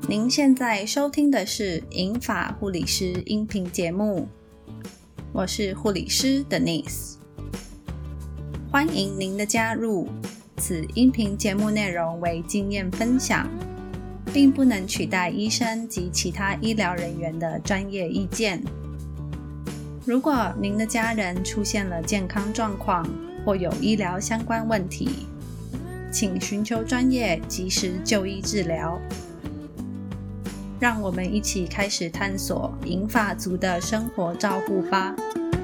您现在收听的是银发护理师音频节目，我是护理师 Denise， 欢迎您的加入。此音频节目内容为经验分享，并不能取代医生及其他医疗人员的专业意见。如果您的家人出现了健康状况或有医疗相关问题，请寻求专业及时就医治疗。让我们一起开始探索银发族的生活照护吧。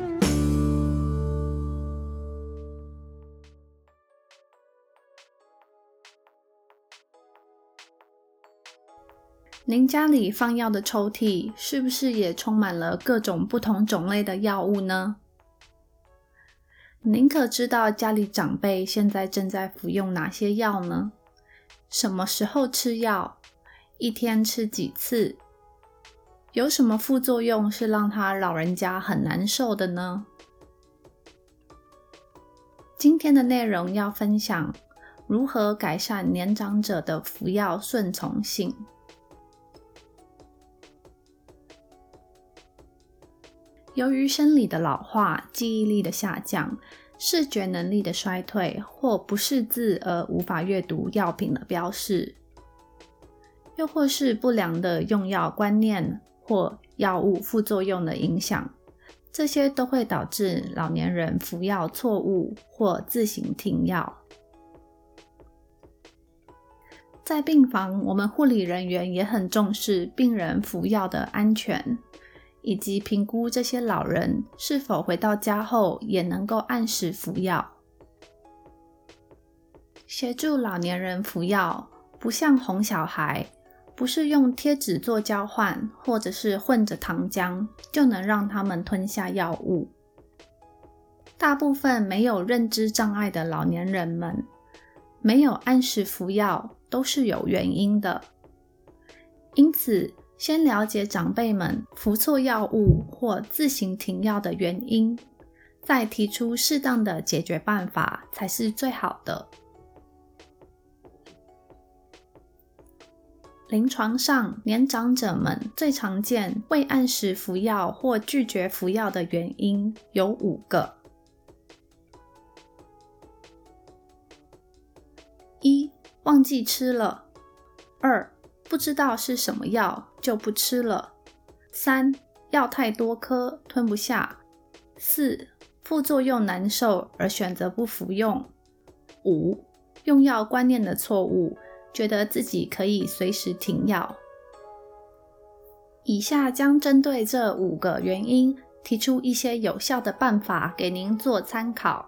您家里放药的抽屉是不是也充满了各种不同种类的药物呢？您可知道家里长辈现在正在服用哪些药呢？什么时候吃药？一天吃几次？有什么副作用是让他老人家很难受的呢？今天的内容要分享如何改善年长者的服药顺从性。由于生理的老化、记忆力的下降、视觉能力的衰退或不识字而无法阅读药品的标示，又或是不良的用药观念或药物副作用的影响，这些都会导致老年人服药错误或自行停药。在病房，我们护理人员也很重视病人服药的安全，以及评估这些老人是否回到家后也能够按时服药。协助老年人服药，不像哄小孩，不是用贴纸做交换，或者是混着糖浆就能让他们吞下药物。大部分没有认知障碍的老年人们，没有按时服药都是有原因的。因此，先了解长辈们服错药物或自行停药的原因，再提出适当的解决办法才是最好的。临床上，年长者们最常见未按时服药或拒绝服药的原因有5个。1. 忘记吃了。2. 不知道是什么药就不吃了。3. 药太多颗吞不下。4. 副作用难受而选择不服用。5. 用药观念的错误，觉得自己可以随时停药。以下将针对这5个原因提出一些有效的办法给您做参考。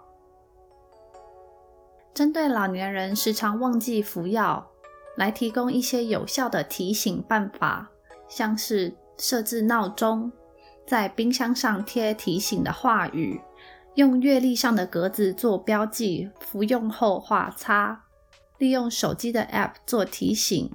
针对老年人时常忘记服药，来提供一些有效的提醒办法，像是设置闹钟，在冰箱上贴提醒的话语，用月历上的格子做标记，服用后画叉，利用手机的 App 做提醒。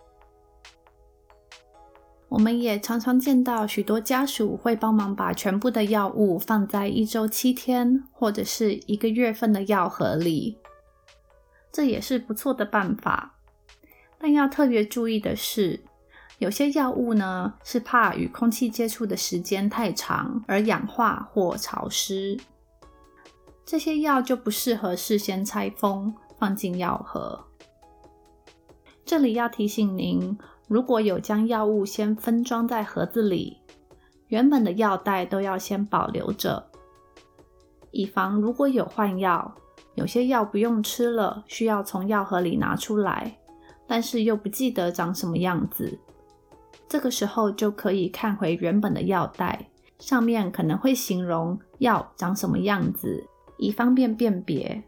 我们也常常见到许多家属会帮忙把全部的药物放在1周7天或者是1个月份的药盒里，这也是不错的办法。但要特别注意的是，有些药物呢是怕与空气接触的时间太长而氧化或潮湿，这些药就不适合事先拆封放进药盒。这里要提醒您，如果有将药物先分装在盒子里，原本的药袋都要先保留着，以防如果有换药，有些药不用吃了，需要从药盒里拿出来，但是又不记得长什么样子，这个时候就可以看回原本的药袋，上面可能会形容药长什么样子，以方便辨别。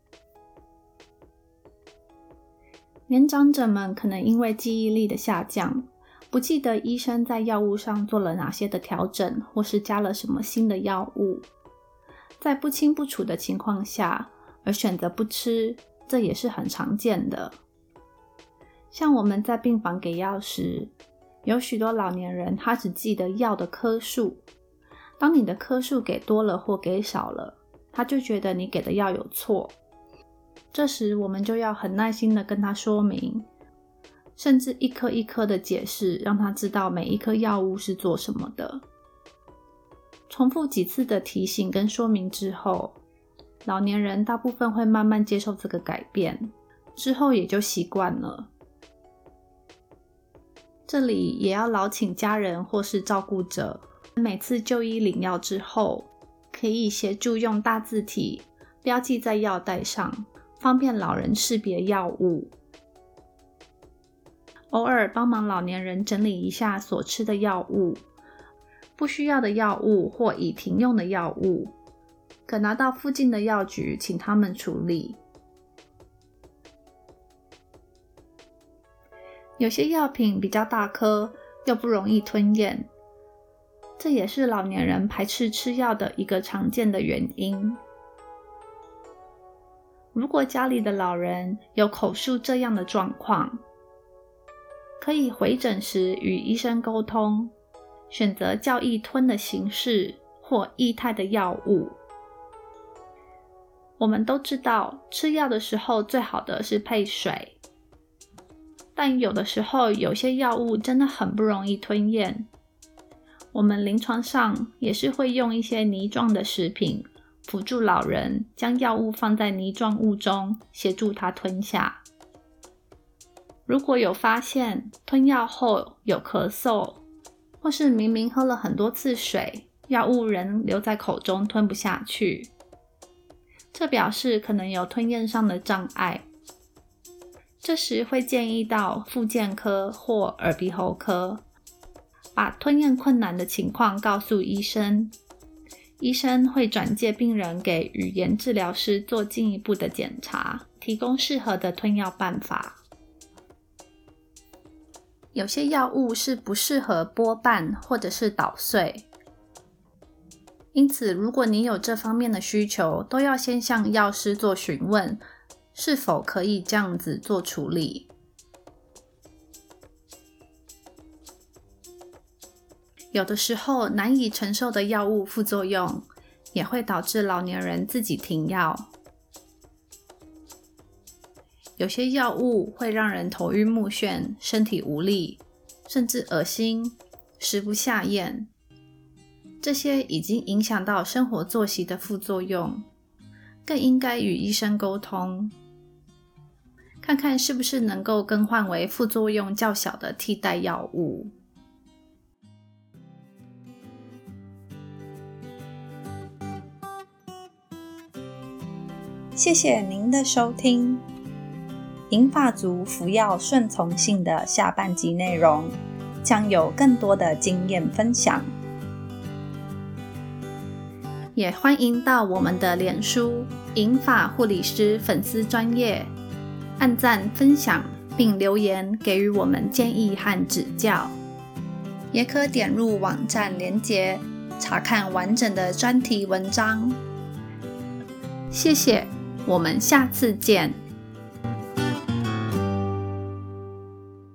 年长者们可能因为记忆力的下降，不记得医生在药物上做了哪些的调整，或是加了什么新的药物，在不清不楚的情况下而选择不吃，这也是很常见的。像我们在病房给药时，有许多老年人他只记得药的颗数，当你的颗数给多了或给少了，他就觉得你给的药有错。这时我们就要很耐心的跟他说明， 甚至一颗一颗的解释，让他知道每一颗药物是做什么的。重复几次的提醒跟说明之后，老年人大部分会慢慢接受这个改变，之后也就习惯了。这里也要劳请家人或是照顾者，每次就医领药之后，可以协助用大字体标记在药袋上，方便老人识别药物。偶尔帮忙老年人整理一下所吃的药物，不需要的药物或已停用的药物，可拿到附近的药局请他们处理。有些药品比较大颗，又不容易吞咽，这也是老年人排斥吃药的一个常见的原因。如果家里的老人有口述这样的状况，可以回诊时与医生沟通，选择较易吞的形式或液态的药物。我们都知道，吃药的时候最好的是配水，但有的时候有些药物真的很不容易吞咽。我们临床上也是会用一些泥状的食品辅助老人将药物放在泥状物中，协助他吞下。如果有发现吞药后有咳嗽，或是明明喝了很多次水，药物仍留在口中吞不下去，这表示可能有吞咽上的障碍。这时会建议到复健科或耳鼻喉科，把吞咽困难的情况告诉医生，医生会转介病人给语言治疗师做进一步的检查，提供适合的吞药办法。有些药物是不适合剥瓣或者是捣碎，因此如果你有这方面的需求，都要先向药师做询问，是否可以这样子做处理。有的时候难以承受的药物副作用，也会导致老年人自己停药。有些药物会让人头晕目眩、身体无力，甚至恶心、食不下咽。这些已经影响到生活作息的副作用，更应该与医生沟通，看看是不是能够更换为副作用较小的替代药物。谢谢您的收听。银发族服药顺从性的下半集内容将有更多的经验分享，也欢迎到我们的脸书银发护理师粉丝专页按赞分享，并留言给予我们建议和指教，也可点入网站连结查看完整的专题文章。谢谢，我们下次见。